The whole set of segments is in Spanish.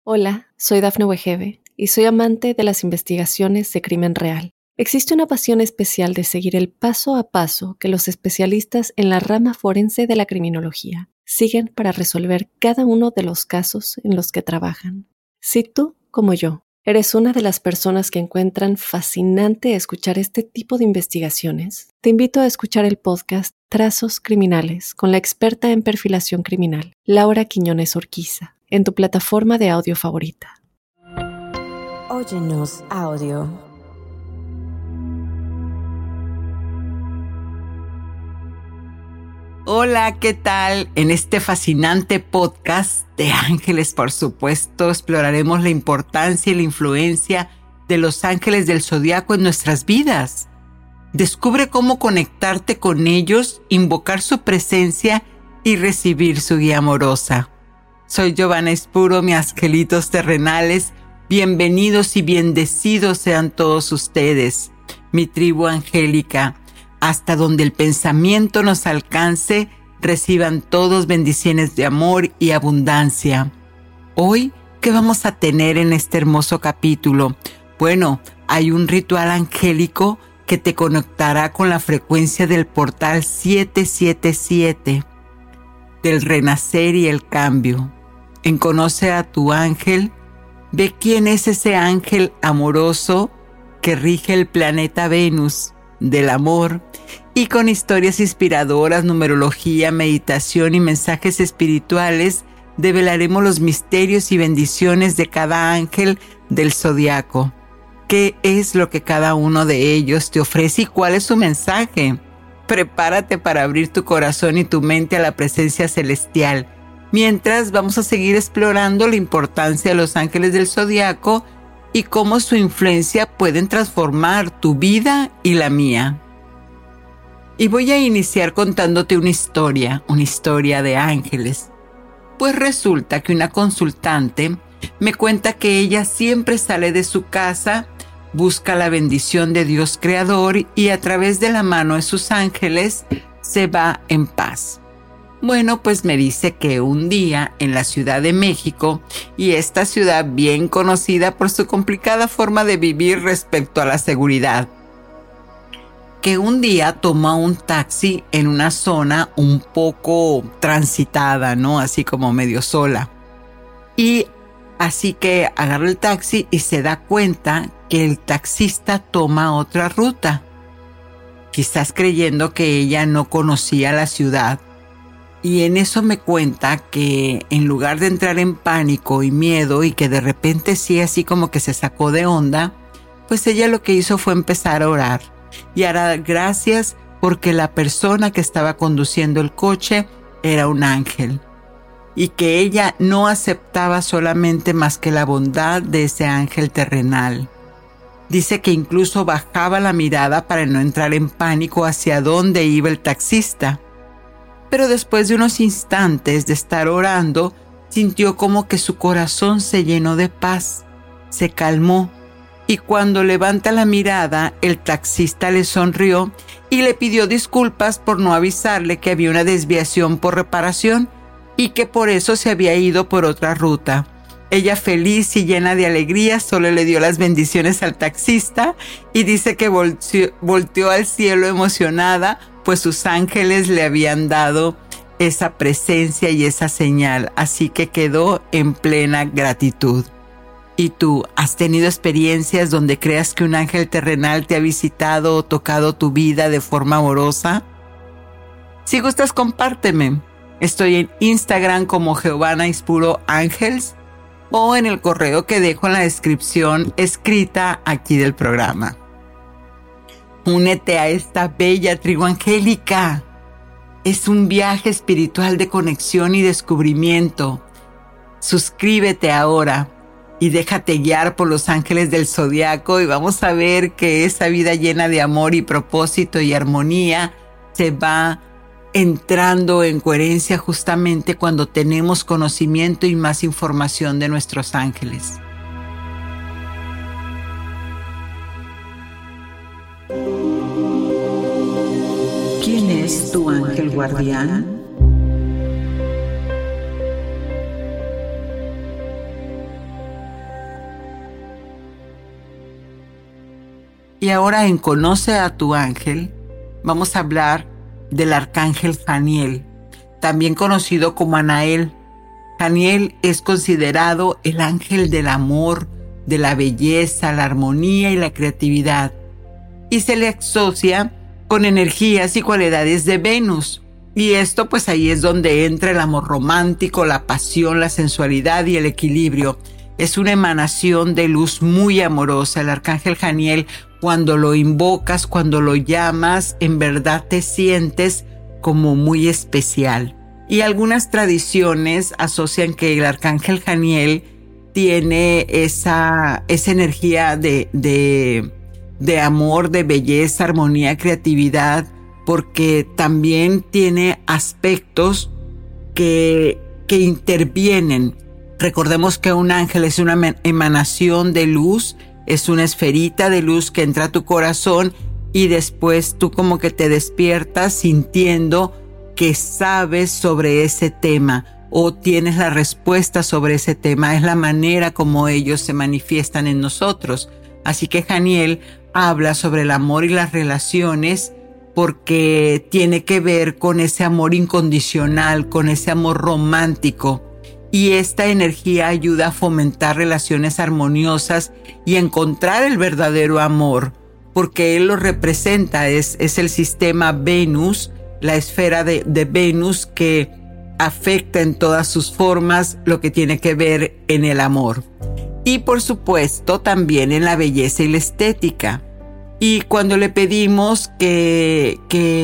Hola, soy Dafne Wegebe y soy amante de las investigaciones de crimen real. Existe una pasión especial de seguir el paso a paso que los especialistas en la rama forense de la criminología siguen para resolver cada uno de los casos en los que trabajan. Si tú, como yo, eres una de las personas que encuentran fascinante escuchar este tipo de investigaciones, te invito a escuchar el podcast Trazos Criminales con la experta en perfilación criminal, Laura Quiñones Orquiza, en tu plataforma de audio favorita. Óyenos audio. Hola, ¿qué tal? En este fascinante podcast de ángeles, por supuesto, exploraremos la importancia y la influencia de los ángeles del zodiaco en nuestras vidas. Descubre cómo conectarte con ellos, invocar su presencia y recibir su guía amorosa. Soy Giovanna Espuro, mis angelitos terrenales. Bienvenidos y bendecidos sean todos ustedes, mi tribu angélica. Hasta donde el pensamiento nos alcance, reciban todos bendiciones de amor y abundancia. Hoy, ¿qué vamos a tener en este hermoso capítulo? Bueno, hay un ritual angélico que te conectará con la frecuencia del portal 777, del renacer y el cambio. En Conoce a tu ángel, ve quién es ese ángel amoroso que rige el planeta Venus, del amor, y con historias inspiradoras, numerología, meditación y mensajes espirituales develaremos los misterios y bendiciones de cada ángel del zodiaco. ¿Qué es lo que cada uno de ellos te ofrece y cuál es su mensaje? Prepárate para abrir tu corazón y tu mente a la presencia celestial. Mientras vamos a seguir explorando la importancia de los ángeles del zodiaco y cómo su influencia pueden transformar tu vida y la mía. Y voy a iniciar contándote una historia de ángeles. Pues resulta que una consultante me cuenta que ella siempre sale de su casa, busca la bendición de Dios Creador y a través de la mano de sus ángeles se va en paz. Bueno, pues me dice que un día en la Ciudad de México, y esta ciudad bien conocida por su complicada forma de vivir respecto a la seguridad, que un día toma un taxi en una zona un poco transitada, ¿no? Así como medio sola. Y así que agarra el taxi y se da cuenta que el taxista toma otra ruta, quizás creyendo que ella no conocía la ciudad. Y en eso me cuenta que en lugar de entrar en pánico y miedo y que de repente sí así como que se sacó de onda, pues ella lo que hizo fue empezar a orar y a dar gracias porque la persona que estaba conduciendo el coche era un ángel y que ella no aceptaba solamente más que la bondad de ese ángel terrenal. Dice que incluso bajaba la mirada para no entrar en pánico hacia dónde iba el taxista. Pero después de unos instantes de estar orando, sintió como que su corazón se llenó de paz, se calmó, y cuando levanta la mirada, el taxista le sonrió y le pidió disculpas por no avisarle que había una desviación por reparación y que por eso se había ido por otra ruta. Ella, feliz y llena de alegría, solo le dio las bendiciones al taxista y dice que volteó al cielo emocionada, pues sus ángeles le habían dado esa presencia y esa señal, así que quedó en plena gratitud. ¿Y tú has tenido experiencias donde creas que un ángel terrenal te ha visitado o tocado tu vida de forma amorosa? Si gustas, compárteme. Estoy en Instagram como Giovanna Espuro Ángels o en el correo que dejo en la descripción escrita aquí del programa. Únete a esta bella tribu angélica. Es un viaje espiritual de conexión y descubrimiento. Suscríbete ahora y déjate guiar por los ángeles del zodiaco y vamos a ver que esa vida llena de amor y propósito y armonía se va entrando en coherencia justamente cuando tenemos conocimiento y más información de nuestros ángeles. ¿Quién es tu ángel guardián? Y ahora en Conoce a tu ángel vamos a hablar del arcángel Janiel, también conocido como Anael. Janiel es considerado el ángel del amor, de la belleza, la armonía y la creatividad, y se le asocia con energías y cualidades de Venus. Y esto pues ahí es donde entra el amor romántico, la pasión, la sensualidad y el equilibrio. Es una emanación de luz muy amorosa. El arcángel Janiel, cuando lo invocas, cuando lo llamas, en verdad te sientes como muy especial. Y algunas tradiciones asocian que el arcángel Janiel tiene esa energía de amor, de belleza, armonía, creatividad, porque también tiene aspectos que intervienen. Recordemos que un ángel es una emanación de luz, es una esferita de luz que entra a tu corazón y después tú como que te despiertas sintiendo que sabes sobre ese tema o tienes la respuesta sobre ese tema. Es la manera como ellos se manifiestan en nosotros. Así que Janiel habla sobre el amor y las relaciones porque tiene que ver con ese amor incondicional, con ese amor romántico. Y esta energía ayuda a fomentar relaciones armoniosas y encontrar el verdadero amor, porque él lo representa, es el sistema Venus, la esfera de Venus que afecta en todas sus formas lo que tiene que ver en el amor. Y por supuesto también en la belleza y la estética. Y cuando le pedimos que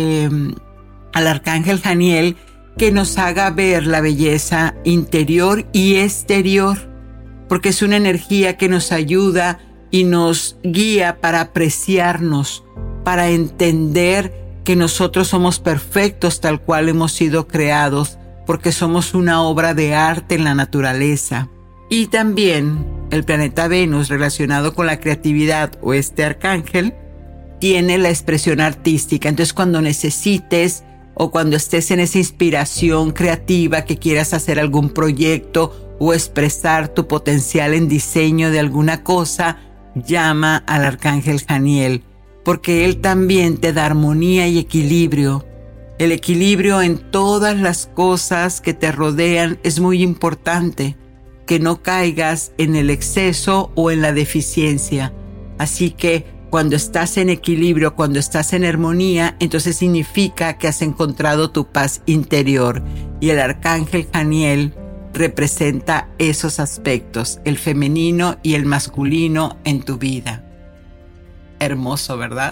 al arcángel Janiel que nos haga ver la belleza interior y exterior, porque es una energía que nos ayuda y nos guía para apreciarnos, para entender que nosotros somos perfectos tal cual hemos sido creados, porque somos una obra de arte en la naturaleza. Y también el planeta Venus, relacionado con la creatividad o este arcángel, tiene la expresión artística. Entonces cuando necesites o cuando estés en esa inspiración creativa que quieras hacer algún proyecto o expresar tu potencial en diseño de alguna cosa, llama al arcángel Janiel, porque él también te da armonía y equilibrio. El equilibrio en todas las cosas que te rodean es muy importante, que no caigas en el exceso o en la deficiencia. Así que cuando estás en equilibrio, cuando estás en armonía, entonces significa que has encontrado tu paz interior. Y el arcángel Janiel representa esos aspectos, el femenino y el masculino en tu vida. Hermoso, ¿verdad?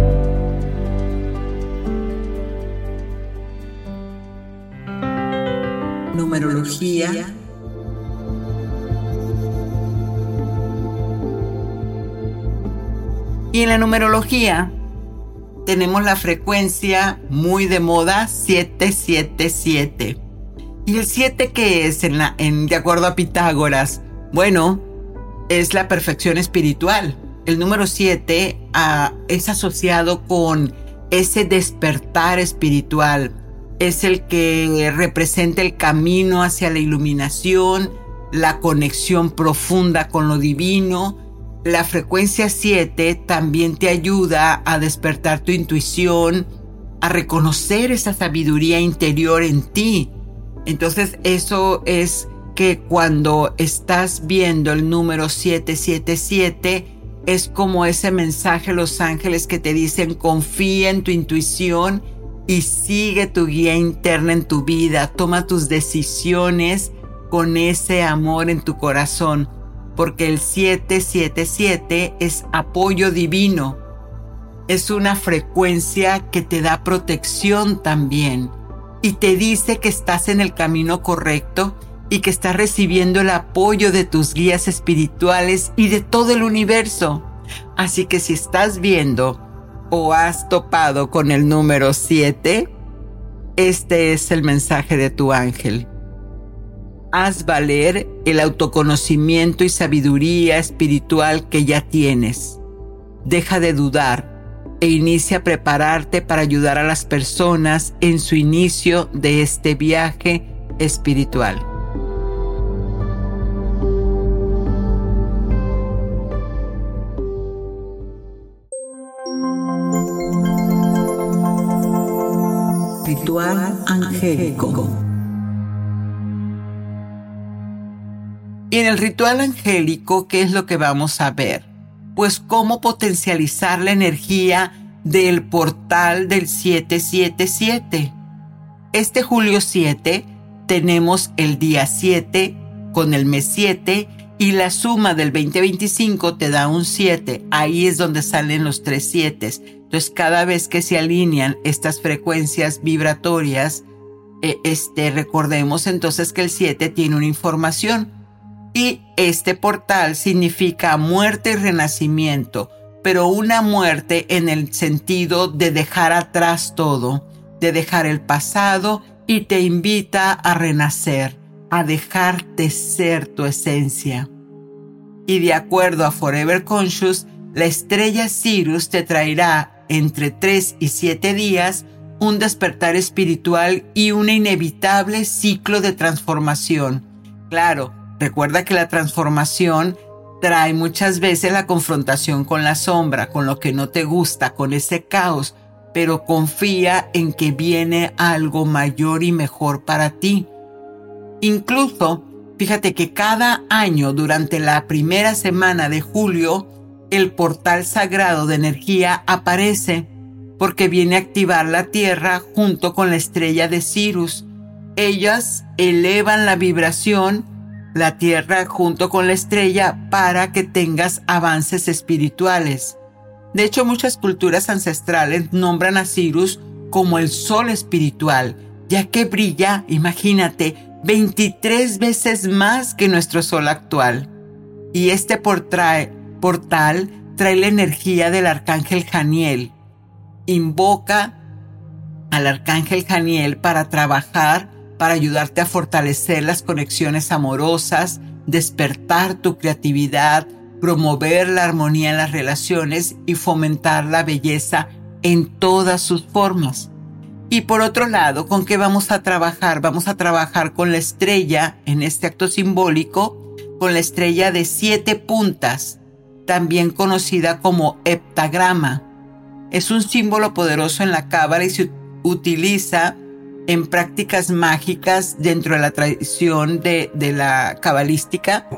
Numerología. Y en la numerología tenemos la frecuencia muy de moda 777. ¿Y el 7 qué es de acuerdo a Pitágoras? Bueno, es la perfección espiritual. El número 7 es asociado con ese despertar espiritual. Es el que representa el camino hacia la iluminación, la conexión profunda con lo divino. La frecuencia 7 también te ayuda a despertar tu intuición, a reconocer esa sabiduría interior en ti. Entonces eso es que cuando estás viendo el número 777, es como ese mensaje a los ángeles que te dicen: confía en tu intuición y sigue tu guía interna en tu vida. Toma tus decisiones con ese amor en tu corazón. Porque el 777 es apoyo divino. Es una frecuencia que te da protección también. Y te dice que estás en el camino correcto y que estás recibiendo el apoyo de tus guías espirituales y de todo el universo. Así que si estás viendo o has topado con el número 7, este es el mensaje de tu ángel. Haz valer el autoconocimiento y sabiduría espiritual que ya tienes. Deja de dudar e inicia a prepararte para ayudar a las personas en su inicio de este viaje espiritual. Ritual angélico. Y en el ritual angélico, ¿qué es lo que vamos a ver? Pues cómo potencializar la energía del portal del 777. Este julio 7 tenemos el día 7 con el mes 7 y la suma del 2025 te da un 7. Ahí es donde salen los 3 7. Entonces cada vez que se alinean estas frecuencias vibratorias, recordemos entonces que el 7 tiene una información. Y este portal significa muerte y renacimiento, pero una muerte en el sentido de dejar atrás todo, de dejar el pasado y te invita a renacer, a dejarte ser tu esencia. Y de acuerdo a Forever Conscious, la estrella Sirius te traerá entre 3 y 7 días un despertar espiritual y un inevitable ciclo de transformación. Claro, recuerda que la transformación trae muchas veces la confrontación con la sombra, con lo que no te gusta, con ese caos, pero confía en que viene algo mayor y mejor para ti. Incluso, fíjate que cada año durante la primera semana de julio, el portal sagrado de energía aparece porque viene a activar la Tierra junto con la estrella de Sirius. Ellas elevan la vibración, la Tierra junto con la estrella, para que tengas avances espirituales. De hecho, muchas culturas ancestrales nombran a Sirius como el sol espiritual, ya que brilla, imagínate, 23 veces más que nuestro sol actual. Y este portal trae la energía del arcángel Janiel. Invoca al arcángel Janiel para trabajar, para ayudarte a fortalecer las conexiones amorosas, despertar tu creatividad, promover la armonía en las relaciones y fomentar la belleza en todas sus formas. Y por otro lado, ¿con qué vamos a trabajar? Vamos a trabajar con la estrella en este acto simbólico, con la estrella de 7 puntas, también conocida como heptagrama. Es un símbolo poderoso en la Cábala y se utiliza en prácticas mágicas dentro de la tradición de la cabalística,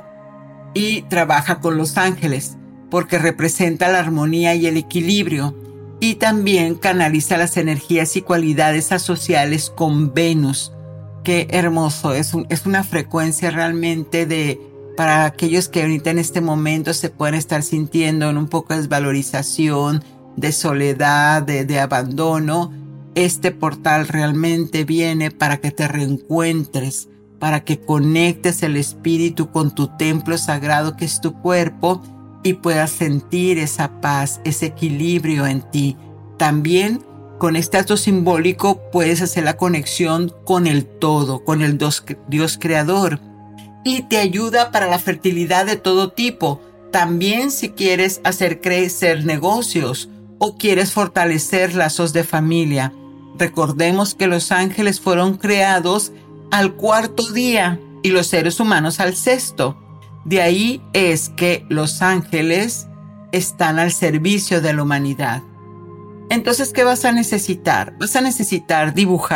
y trabaja con los ángeles porque representa la armonía y el equilibrio, y también canaliza las energías y cualidades asociales con Venus. Qué hermoso, es una frecuencia realmente para aquellos que ahorita en este momento se pueden estar sintiendo en un poco de desvalorización, de soledad, de abandono. Este portal realmente viene para que te reencuentres, para que conectes el espíritu con tu templo sagrado que es tu cuerpo y puedas sentir esa paz, ese equilibrio en ti. También con este acto simbólico puedes hacer la conexión con el todo, con el Dios creador, y te ayuda para la fertilidad de todo tipo. También si quieres hacer crecer negocios o quieres fortalecer lazos de familia. Recordemos que los ángeles fueron creados al 4º día y los seres humanos al 6º. De ahí es que los ángeles están al servicio de la humanidad. Entonces, ¿qué vas a necesitar? Vas a necesitar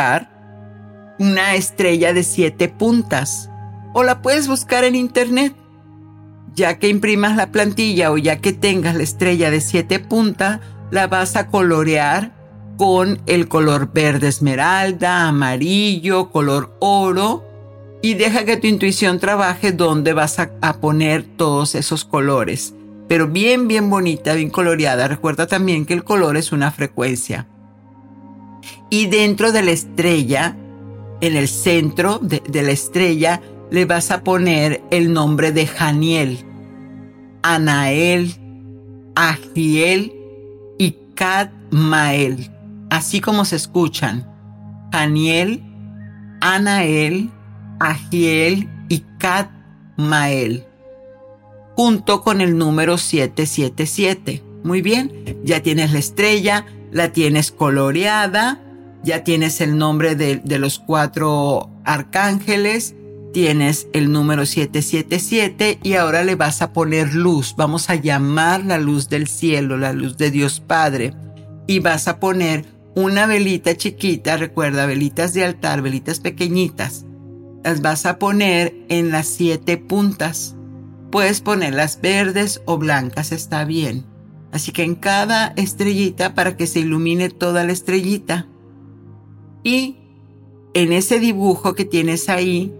dibujar una estrella de 7 puntas, o la puedes buscar en internet. Ya que imprimas la plantilla o ya que tengas la estrella de 7 puntas, la vas a colorear con el color verde esmeralda, amarillo, color oro, y deja que tu intuición trabaje dónde vas a poner todos esos colores. Pero bien, bien bonita, bien coloreada. Recuerda también que el color es una frecuencia. Y dentro de la estrella, en el centro de la estrella, le vas a poner el nombre de Janiel, Anael, Agiel y Cadmael. Así como se escuchan: Janiel, Anael, Agiel y Cadmael, junto con el número 777. Muy bien, ya tienes la estrella, la tienes coloreada, ya tienes el nombre de los 4 arcángeles, tienes el número 777 y ahora le vas a poner luz. Vamos a llamar la luz del cielo, la luz de Dios Padre, y vas a poner una velita chiquita, recuerda, velitas de altar, velitas pequeñitas, las vas a poner en las 7 puntas. Puedes ponerlas verdes o blancas, está bien. Así que en cada estrellita, para que se ilumine toda la estrellita. Y en ese dibujo que tienes ahí,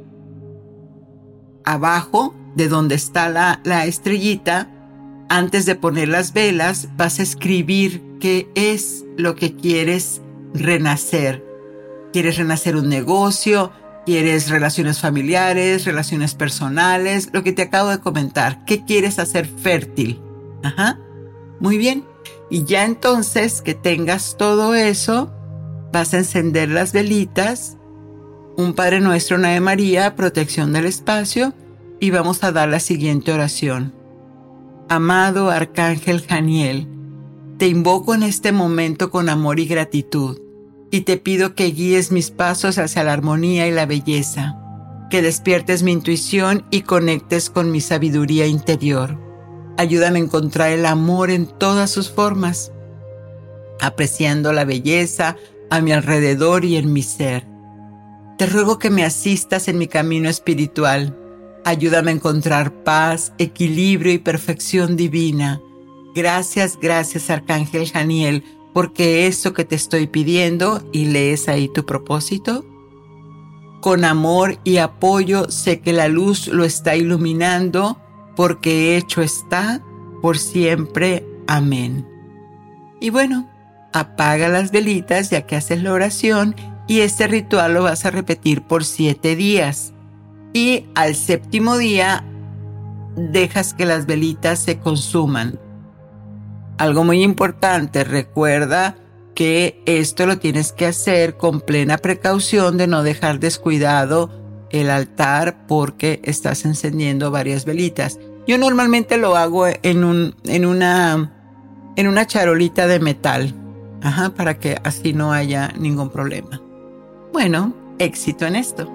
abajo de donde está la estrellita, antes de poner las velas, vas a escribir qué es lo que quieres renacer. ¿Quieres renacer un negocio? ¿Quieres relaciones familiares, relaciones personales? Lo que te acabo de comentar. ¿Qué quieres hacer fértil? Ajá. Muy bien. Y ya entonces que tengas todo eso, vas a encender las velitas, un Padre Nuestro, una Ave María, protección del espacio, y vamos a dar la siguiente oración. Amado Arcángel Janiel, te invoco en este momento con amor y gratitud, y te pido que guíes mis pasos hacia la armonía y la belleza, que despiertes mi intuición y conectes con mi sabiduría interior. Ayúdame a encontrar el amor en todas sus formas, apreciando la belleza a mi alrededor y en mi ser. Te ruego que me asistas en mi camino espiritual. Ayúdame a encontrar paz, equilibrio y perfección divina. Gracias, gracias, Arcángel Janiel, porque eso que te estoy pidiendo, y lees ahí tu propósito. Con amor y apoyo sé que la luz lo está iluminando, porque hecho está por siempre. Amén. Y bueno, apaga las velitas ya que haces la oración, y este ritual lo vas a repetir por 7 días. Y al 7º día dejas que las velitas se consuman. Algo muy importante, recuerda que esto lo tienes que hacer con plena precaución de no dejar descuidado el altar porque estás encendiendo varias velitas. Yo normalmente lo hago en una charolita de metal, para que así no haya ningún problema. Bueno, éxito en esto.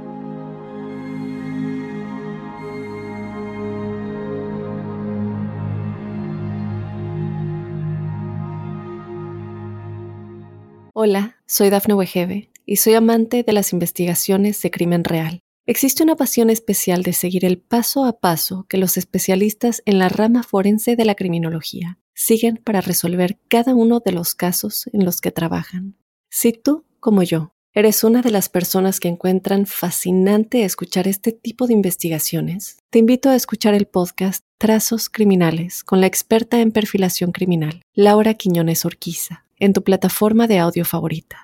Hola, soy Dafne Wegebe y soy amante de las investigaciones de crimen real. Existe una pasión especial de seguir el paso a paso que los especialistas en la rama forense de la criminología siguen para resolver cada uno de los casos en los que trabajan. Si tú, como yo, eres una de las personas que encuentran fascinante escuchar este tipo de investigaciones, te invito a escuchar el podcast Trazos Criminales con la experta en perfilación criminal, Laura Quiñones Orquiza, en tu plataforma de audio favorita.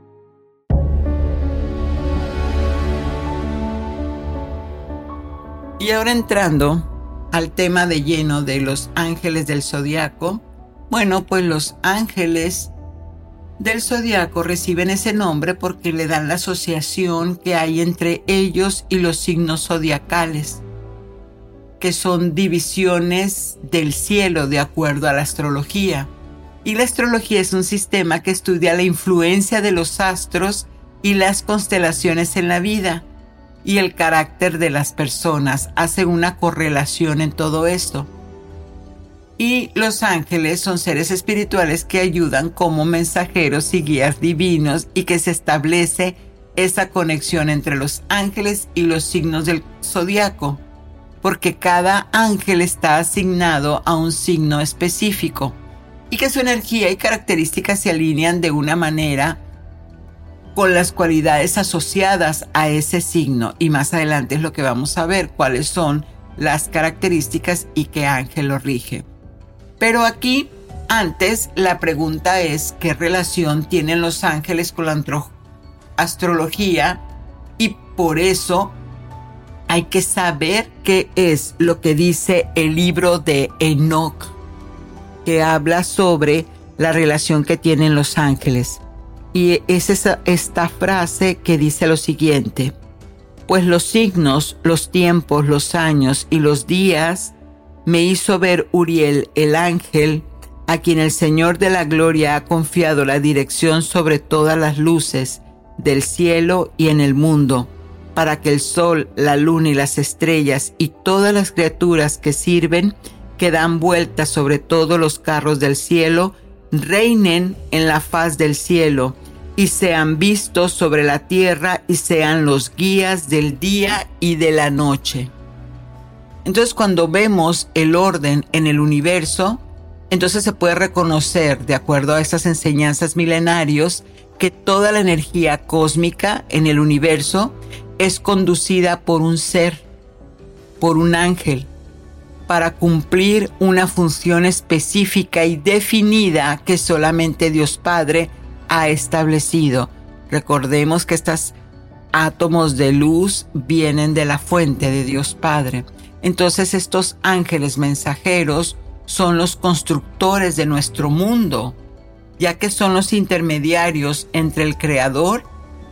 Y ahora entrando al tema de lleno de los ángeles del zodiaco, bueno, pues los ángeles del zodiaco reciben ese nombre porque le dan la asociación que hay entre ellos y los signos zodiacales, que son divisiones del cielo de acuerdo a la astrología. Y la astrología es un sistema que estudia la influencia de los astros y las constelaciones en la vida y el carácter de las personas. Hace una correlación en todo esto. Y los ángeles son seres espirituales que ayudan como mensajeros y guías divinos, y que se establece esa conexión entre los ángeles y los signos del zodiaco, porque cada ángel está asignado a un signo específico y que su energía y características se alinean de una manera con las cualidades asociadas a ese signo. Y más adelante es lo que vamos a ver, cuáles son las características y qué ángel lo rige. Pero aquí, antes, la pregunta es ¿qué relación tienen los ángeles con la astrología? Y por eso hay que saber qué es lo que dice el libro de Enoc, que habla sobre la relación que tienen los ángeles. Y es esta frase que dice lo siguiente: pues los signos, los tiempos, los años y los días me hizo ver Uriel, el ángel, a quien el Señor de la Gloria ha confiado la dirección sobre todas las luces del cielo y en el mundo, para que el sol, la luna y las estrellas y todas las criaturas que sirven, que dan vueltas sobre todos los carros del cielo, reinen en la faz del cielo y sean vistos sobre la tierra y sean los guías del día y de la noche. Entonces, cuando vemos el orden en el universo, entonces se puede reconocer, de acuerdo a estas enseñanzas milenarios, que toda la energía cósmica en el universo es conducida por un ser, por un ángel, para cumplir una función específica y definida que solamente Dios Padre ha establecido. Recordemos que estos átomos de luz vienen de la fuente de Dios Padre. Entonces estos ángeles mensajeros son los constructores de nuestro mundo, ya que son los intermediarios entre el Creador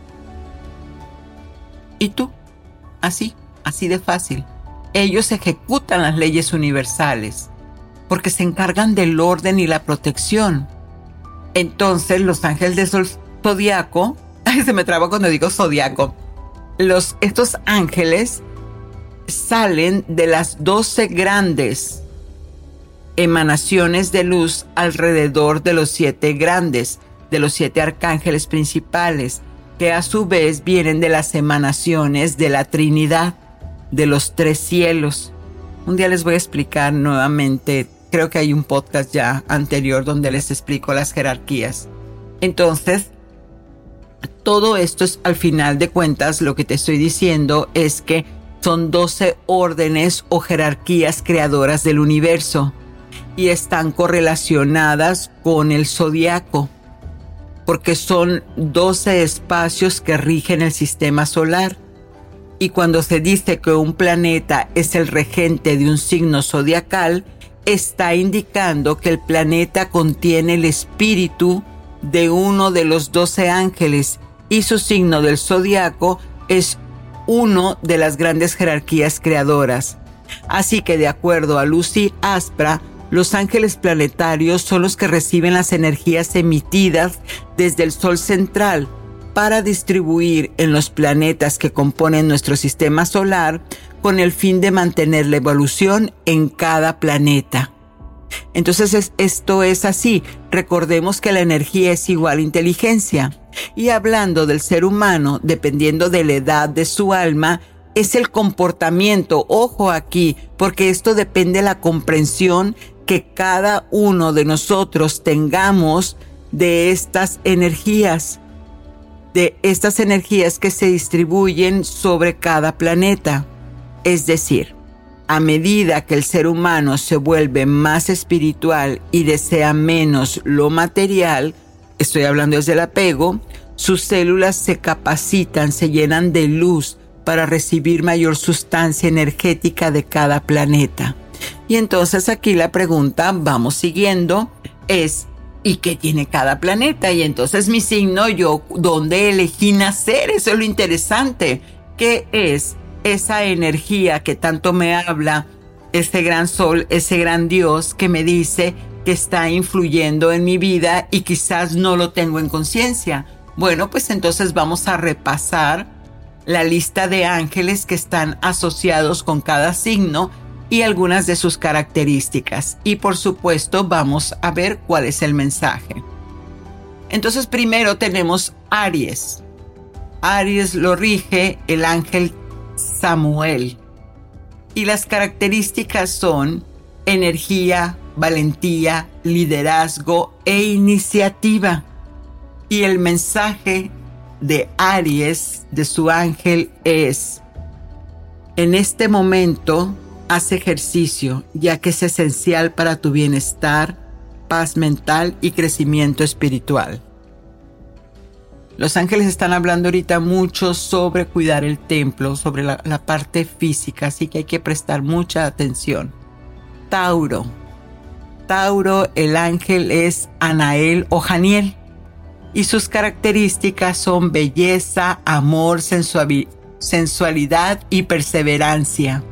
y tú. Así de fácil. Ellos ejecutan las leyes universales porque se encargan del orden y la protección. Entonces los ángeles del zodiaco, se me traba cuando digo zodiaco, estos ángeles salen de las 12 grandes emanaciones de luz alrededor de los 7 grandes, de los 7 arcángeles principales, que a su vez vienen de las emanaciones de la Trinidad, de los 3 cielos. Un día les voy a explicar nuevamente, creo que hay un podcast ya anterior donde les explico las jerarquías. Entonces, todo esto es, al final de cuentas, lo que te estoy diciendo es que son 12 órdenes o jerarquías creadoras del universo y están correlacionadas con el zodiaco, porque son 12 espacios que rigen el sistema solar. Y cuando se dice que un planeta es el regente de un signo zodiacal, está indicando que el planeta contiene el espíritu de uno de los 12 ángeles y su signo del zodiaco es uno de las grandes jerarquías creadoras. Así que, de acuerdo a Lucy Aspra, los ángeles planetarios son los que reciben las energías emitidas desde el Sol central para distribuir en los planetas que componen nuestro sistema solar con el fin de mantener la evolución en cada planeta. Entonces esto es así. Recordemos que la energía es igual a inteligencia. Y hablando del ser humano, dependiendo de la edad de su alma, es el comportamiento. Ojo aquí, porque esto depende de la comprensión que cada uno de nosotros tengamos de estas energías que se distribuyen sobre cada planeta. Es decir, a medida que el ser humano se vuelve más espiritual y desea menos lo material, estoy hablando desde el apego, sus células se capacitan, se llenan de luz para recibir mayor sustancia energética de cada planeta. Y entonces aquí la pregunta, vamos siguiendo, es ¿y qué tiene cada planeta? Y entonces mi signo, yo, ¿dónde elegí nacer? Eso es lo interesante. ¿Qué es esa energía que tanto me habla ese gran sol, ese gran Dios que me dice que está influyendo en mi vida y quizás no lo tengo en conciencia? Bueno, pues entonces vamos a repasar la lista de ángeles que están asociados con cada signo y algunas de sus características. Y por supuesto vamos a ver cuál es el mensaje. Entonces primero tenemos Aries. Aries lo rige el ángel Samuel. Y las características son energía, valentía, liderazgo e iniciativa. Y el mensaje de Aries, de su ángel, es: en este momento haz ejercicio, ya que es esencial para tu bienestar, paz mental y crecimiento espiritual. Los ángeles están hablando ahorita mucho sobre cuidar el templo, sobre la parte física, así que hay que prestar mucha atención. Tauro. Tauro, el ángel es Anael o Janiel, y sus características son belleza, amor, sensualidad y perseverancia.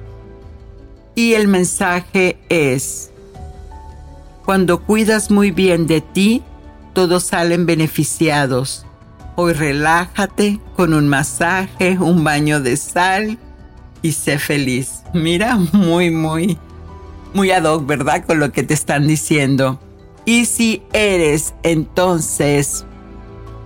Y el mensaje es: cuando cuidas muy bien de ti, todos salen beneficiados. Hoy relájate con un masaje, un baño de sal y sé feliz. Mira, muy ad hoc, ¿verdad? Con lo que te están diciendo. Y si eres entonces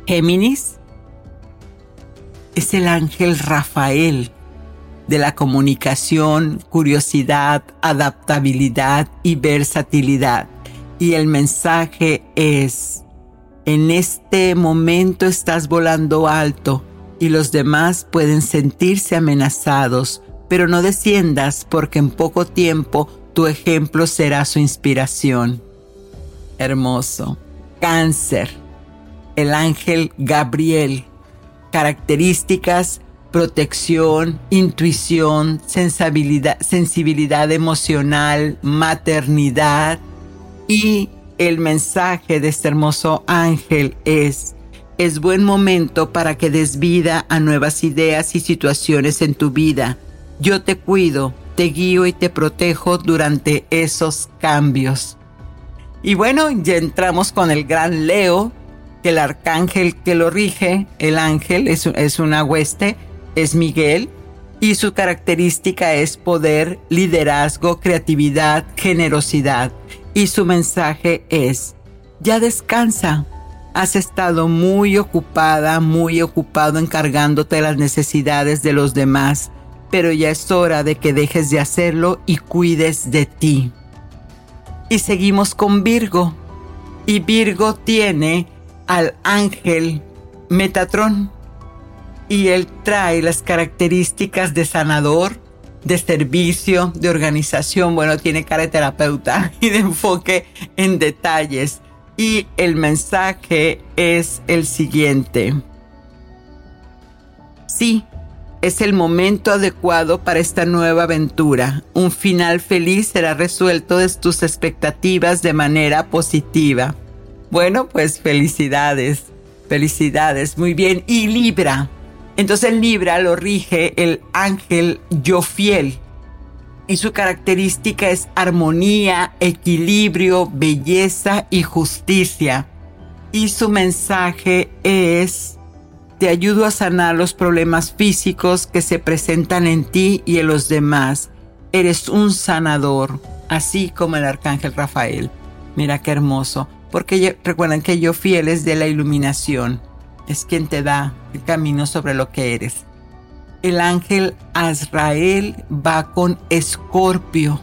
Géminis es el ángel Rafael de la comunicación, curiosidad, adaptabilidad y versatilidad. Y el mensaje es: en este momento estás volando alto y los demás pueden sentirse amenazados, pero no desciendas porque en poco tiempo tu ejemplo será su inspiración. Hermoso. Cáncer, el ángel Gabriel. Características: protección, intuición, sensibilidad emocional, maternidad. Y el mensaje de este hermoso ángel es buen momento para que des vida a nuevas ideas y situaciones en tu vida. Yo te cuido, te guío y te protejo durante esos cambios. Y bueno, ya entramos con el gran Leo, que el arcángel que lo rige, el ángel, es una hueste, es Miguel, y su característica es poder, liderazgo, creatividad, generosidad. Y su mensaje es: ya descansa. Has estado muy ocupada, muy ocupado encargándote de las necesidades de los demás, pero ya es hora de que dejes de hacerlo y cuides de ti. Y seguimos con Virgo. Y Virgo tiene al ángel Metatrón. Y él trae las características de sanador, de servicio, de organización. Bueno, tiene cara de terapeuta y de enfoque en detalles. Y el mensaje es el siguiente: sí, es el momento adecuado para esta nueva aventura. Un final feliz será resuelto de tus expectativas de manera positiva. Bueno, pues felicidades, felicidades, muy bien. Y Libra. Entonces Libra lo rige el ángel Yofiel. Y su característica es armonía, equilibrio, belleza y justicia. Y su mensaje es: te ayudo a sanar los problemas físicos que se presentan en ti y en los demás. Eres un sanador, así como el arcángel Rafael. Mira qué hermoso, porque recuerden que Yofiel es de la iluminación. Es quien te da el camino sobre lo que eres. El ángel Azrael va con Escorpio.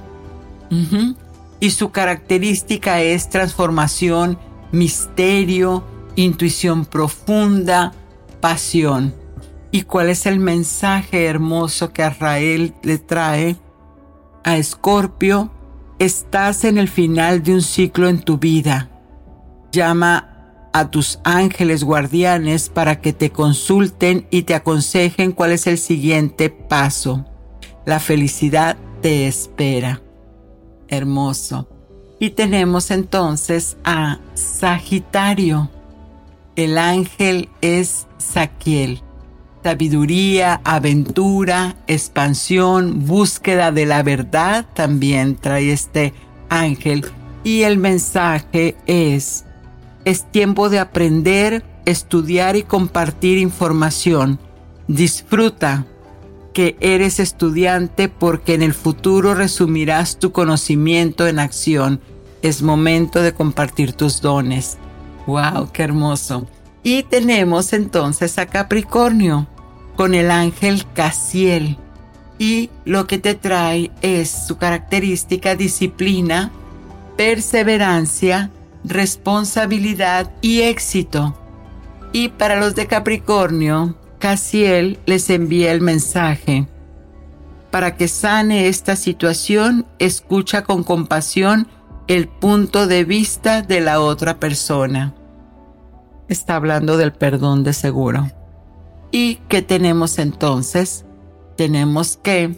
Y su característica es transformación, misterio, intuición profunda, pasión. ¿Y cuál es el mensaje hermoso que Azrael le trae a Escorpio? Estás en el final de un ciclo en tu vida. Llama a tus ángeles guardianes para que te consulten y te aconsejen cuál es el siguiente paso. La felicidad te espera. Hermoso. Y tenemos entonces a Sagitario. El ángel es Saquiel. Sabiduría, aventura, expansión, búsqueda de la verdad también trae este ángel. Y el mensaje es tiempo de aprender, estudiar y compartir información. Disfruta que eres estudiante porque en el futuro resumirás tu conocimiento en acción. Es momento de compartir tus dones. ¡Wow! ¡Qué hermoso! Y tenemos entonces a Capricornio con el ángel Casiel. Y lo que te trae es su característica: disciplina, perseverancia, responsabilidad y éxito. Y para los de Capricornio, Casiel les envía el mensaje: para que sane esta situación, escucha con compasión el punto de vista de la otra persona. Está hablando del perdón de seguro. ¿Y qué tenemos entonces? Tenemos que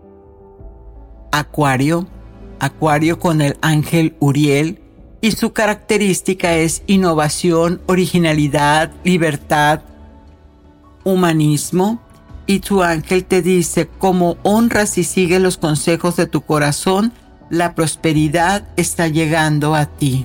Acuario con el ángel Uriel. Y su característica es innovación, originalidad, libertad, humanismo. Y tu ángel te dice: como honras y sigues los consejos de tu corazón, la prosperidad está llegando a ti.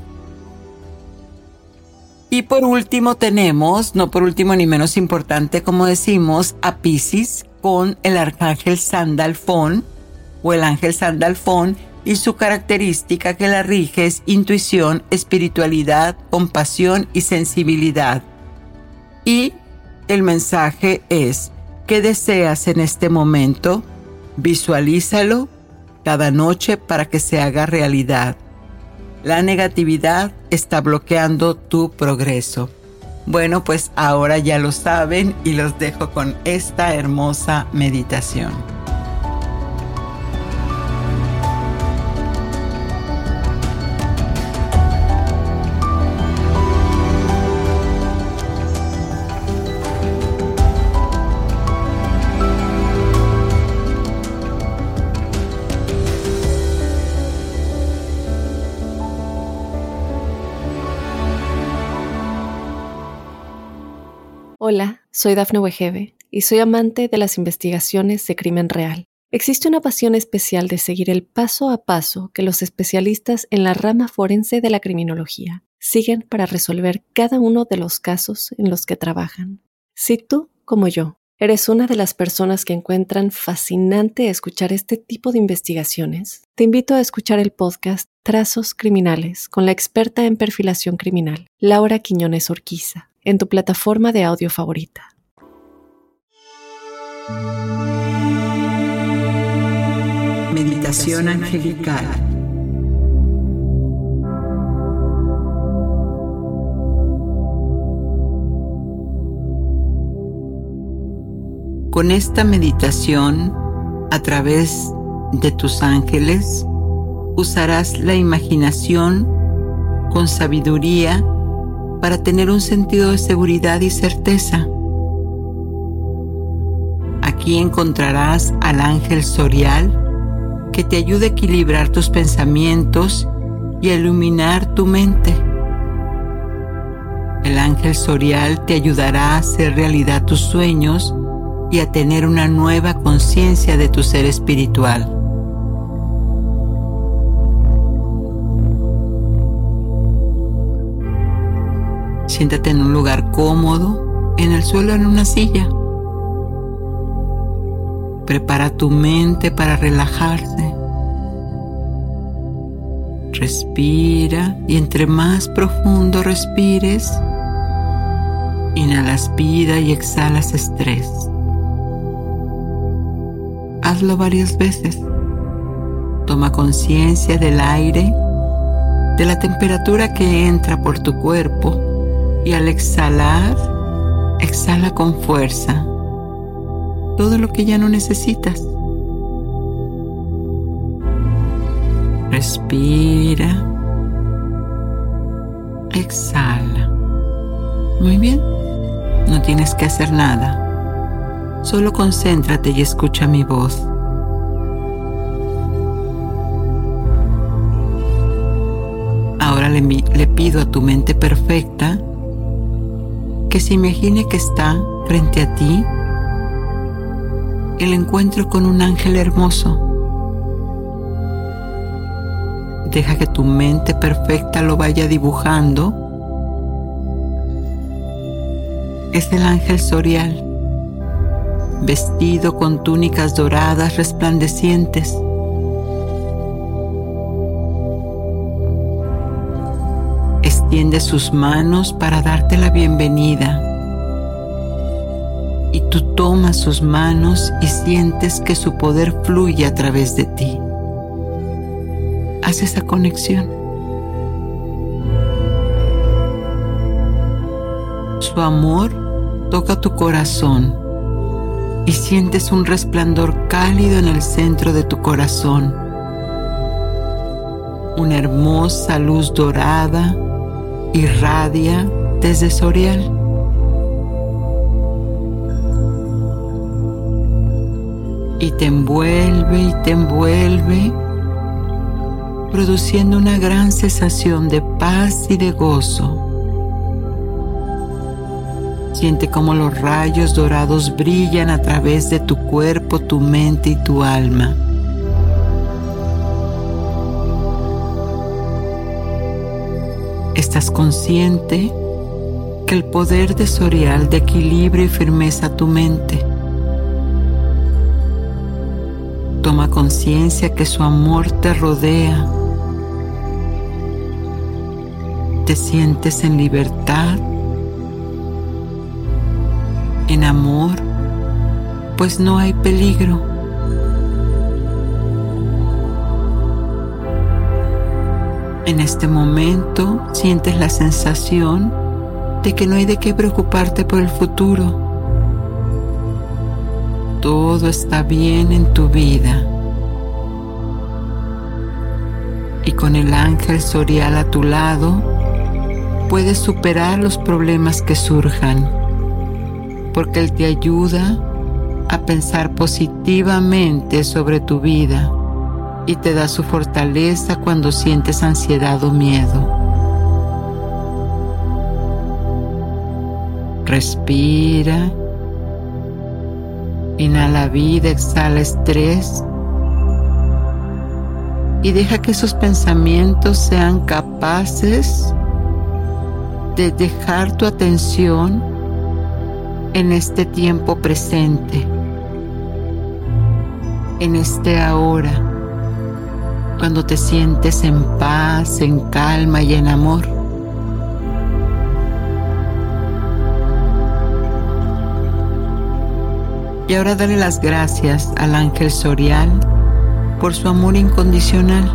Y por último tenemos, no por último ni menos importante, como decimos, a Piscis con el arcángel Sandalfón o el ángel Sandalfón. Y su característica que la rige es intuición, espiritualidad, compasión y sensibilidad. Y el mensaje es: ¿qué deseas en este momento? Visualízalo cada noche para que se haga realidad. La negatividad está bloqueando tu progreso. Bueno, pues ahora ya lo saben y los dejo con esta hermosa meditación. Hola, soy Dafne Wegebe y soy amante de las investigaciones de crimen real. Existe una pasión especial de seguir el paso a paso que los especialistas en la rama forense de la criminología siguen para resolver cada uno de los casos en los que trabajan. Si tú, como yo, eres una de las personas que encuentran fascinante escuchar este tipo de investigaciones, te invito a escuchar el podcast Trazos Criminales con la experta en perfilación criminal, Laura Quiñones Orquiza, en tu plataforma de audio favorita. Meditación angelical. Con esta meditación, a través de tus ángeles, usarás la imaginación con sabiduría para tener un sentido de seguridad y certeza. Aquí encontrarás al ángel Sorial que te ayuda a equilibrar tus pensamientos y a iluminar tu mente. El ángel Sorial te ayudará a hacer realidad tus sueños y a tener una nueva conciencia de tu ser espiritual. Siéntate en un lugar cómodo, en el suelo, en una silla. Prepara tu mente para relajarse. Respira y entre más profundo respires, inhalas vida y exhalas estrés. Hazlo varias veces. Toma conciencia del aire, de la temperatura que entra por tu cuerpo. Y al exhalar, exhala con fuerza todo lo que ya no necesitas. Respira. Exhala. Muy bien. No tienes que hacer nada. Solo concéntrate y escucha mi voz. Ahora le pido a tu mente perfecta que se imagine que está frente a ti el encuentro con un ángel hermoso. Deja que tu mente perfecta lo vaya dibujando. Es el ángel Sorial, vestido con túnicas doradas resplandecientes. Extiende sus manos para darte la bienvenida. Y tú tomas sus manos y sientes que su poder fluye a través de ti. Haz esa conexión. Su amor toca tu corazón y sientes un resplandor cálido en el centro de tu corazón. Una hermosa luz dorada irradia desde Sorial. Y te envuelve, produciendo una gran sensación de paz y de gozo. Siente cómo los rayos dorados brillan a través de tu cuerpo, tu mente y tu alma. Estás consciente que el poder de Sorial da equilibrio y firmeza a tu mente. Toma conciencia que su amor te rodea. Te sientes en libertad en amor, pues no hay peligro. En este momento sientes la sensación de que no hay de qué preocuparte por el futuro. Todo está bien en tu vida. Y con el ángel Sorial a tu lado, puedes superar los problemas que surjan, porque él te ayuda a pensar positivamente sobre tu vida y te da su fortaleza cuando sientes ansiedad o miedo. Respira. Inhala vida, exhala estrés. Y deja que esos pensamientos sean capaces de dejar tu atención en este tiempo presente, en este ahora, cuando te sientes en paz, en calma y en amor. Y ahora dale las gracias al ángel Sorial por su amor incondicional.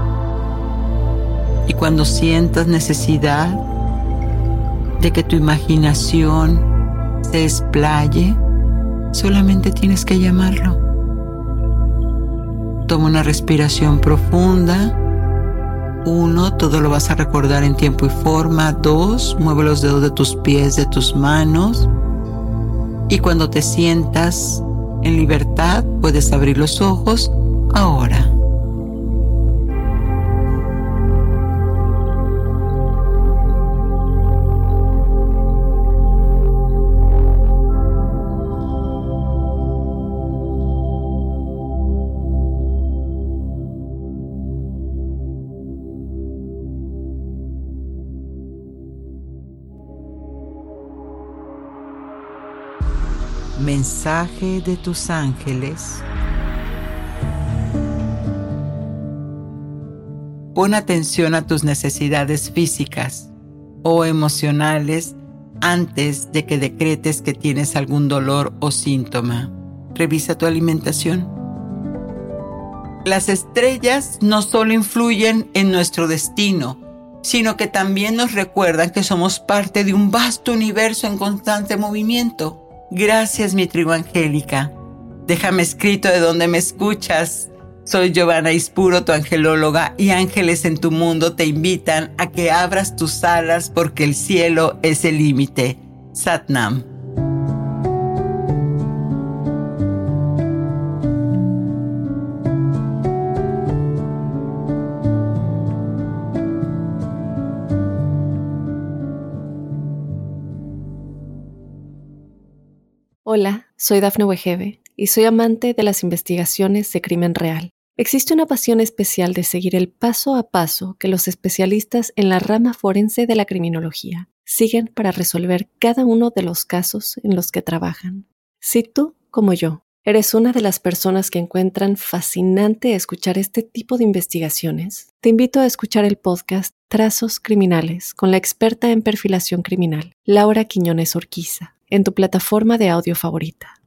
Y cuando sientas necesidad de que tu imaginación se explaye, solamente tienes que llamarlo. Toma una respiración profunda. 1, todo lo vas a recordar en tiempo y forma. 2, mueve los dedos de tus pies, de tus manos. Y cuando te sientas en libertad, puedes abrir los ojos ahora. Mensaje de tus ángeles. Pon atención a tus necesidades físicas o emocionales antes de que decretes que tienes algún dolor o síntoma. Revisa tu alimentación. Las estrellas no solo influyen en nuestro destino, sino que también nos recuerdan que somos parte de un vasto universo en constante movimiento. Gracias, mi tribu angélica. Déjame escrito de dónde me escuchas. Soy Giovanna Ispuro, tu angelóloga, y Ángeles en tu Mundo te invitan a que abras tus alas porque el cielo es el límite. Satnam. Hola, soy Dafne Wegebe y soy amante de las investigaciones de crimen real. Existe una pasión especial de seguir el paso a paso que los especialistas en la rama forense de la criminología siguen para resolver cada uno de los casos en los que trabajan. Si tú, como yo, eres una de las personas que encuentran fascinante escuchar este tipo de investigaciones, te invito a escuchar el podcast Trazos Criminales con la experta en perfilación criminal, Laura Quiñones Orquiza, en tu plataforma de audio favorita.